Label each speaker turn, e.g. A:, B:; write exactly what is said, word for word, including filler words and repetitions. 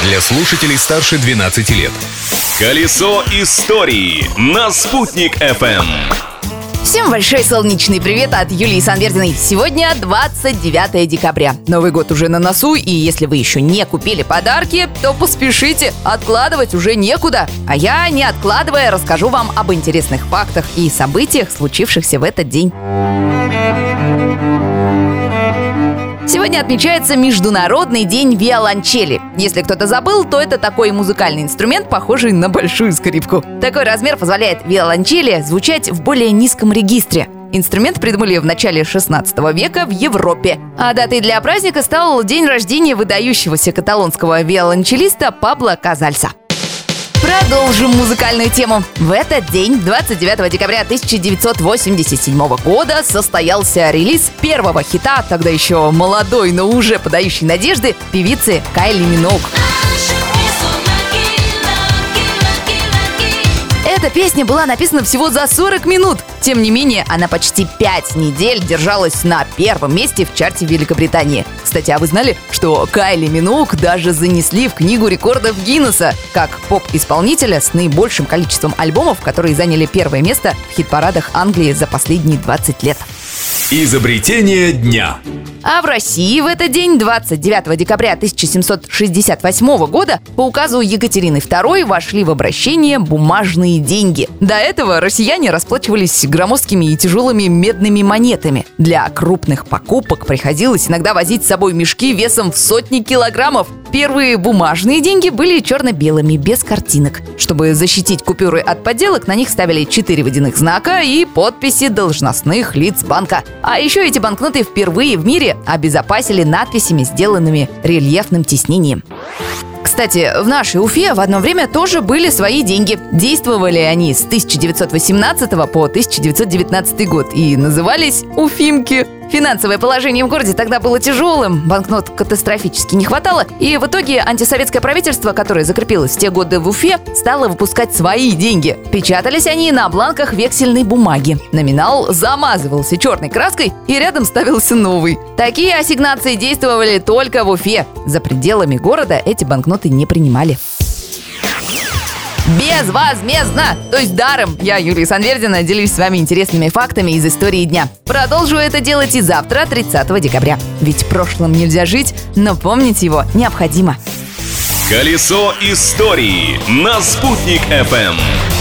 A: для слушателей старше двенадцати лет. Колесо истории на Спутник эф эм.
B: Всем большой солнечный привет от Юлии Санвердиной. Сегодня двадцать девятое декабря. Новый год уже на носу, и если вы еще не купили подарки, то поспешите, откладывать уже некуда. А я, не откладывая, расскажу вам об интересных фактах и событиях, случившихся в этот день. Сегодня отмечается Международный день виолончели. Если кто-то забыл, то это такой музыкальный инструмент, похожий на большую скрипку. Такой размер позволяет виолончели звучать в более низком регистре. Инструмент придумали в начале шестнадцатого века в Европе. А датой для праздника стал день рождения выдающегося каталонского виолончелиста Пабло Касальса. Продолжим музыкальную тему. В этот день, двадцать девятого декабря тысяча девятьсот восемьдесят седьмого года, состоялся релиз первого хита, тогда еще молодой, но уже подающей надежды, певицы Кайли Миноуг. Эта песня была написана всего за сорок минут. Тем не менее, она почти пять недель держалась на первом месте в чарте Великобритании. Кстати, а вы знали, что Кайли Миноуг даже занесли в книгу рекордов Гиннесса как поп-исполнителя с наибольшим количеством альбомов, которые заняли первое место в хит-парадах Англии за последние двадцать лет.
A: Изобретение дня.
B: А в России в этот день, двадцать девятого декабря тысяча семьсот шестьдесят восьмого года, по указу Екатерины второй вошли в обращение бумажные деньги. До этого россияне расплачивались громоздкими и тяжелыми медными монетами. Для крупных покупок приходилось иногда возить с собой мешки весом в сотни килограммов. Первые бумажные деньги были черно-белыми, без картинок. Чтобы защитить купюры от подделок, на них ставили четыре водяных знака и подписи должностных лиц банка. А еще эти банкноты впервые в мире обезопасили надписями, сделанными рельефным тиснением. Кстати, в нашей Уфе в одно время тоже были свои деньги. Действовали они с тысяча девятьсот восемнадцатого по тысяча девятьсот девятнадцатый год и назывались «Уфимки». Финансовое положение в городе тогда было тяжелым, банкнот катастрофически не хватало, и в итоге антисоветское правительство, которое закрепилось в те годы в Уфе, стало выпускать свои деньги. Печатались они на бланках вексельной бумаги. Номинал замазывался черной краской, и рядом ставился новый. Такие ассигнации действовали только в Уфе. За пределами города эти банкноты не принимали. Безвозмездно, то есть даром. Я, Юлия Санвердина, делюсь с вами интересными фактами из истории дня. Продолжу это делать и завтра, тридцатого декабря. Ведь прошлым нельзя жить, но помнить его необходимо.
A: Колесо истории на Спутник эф эм.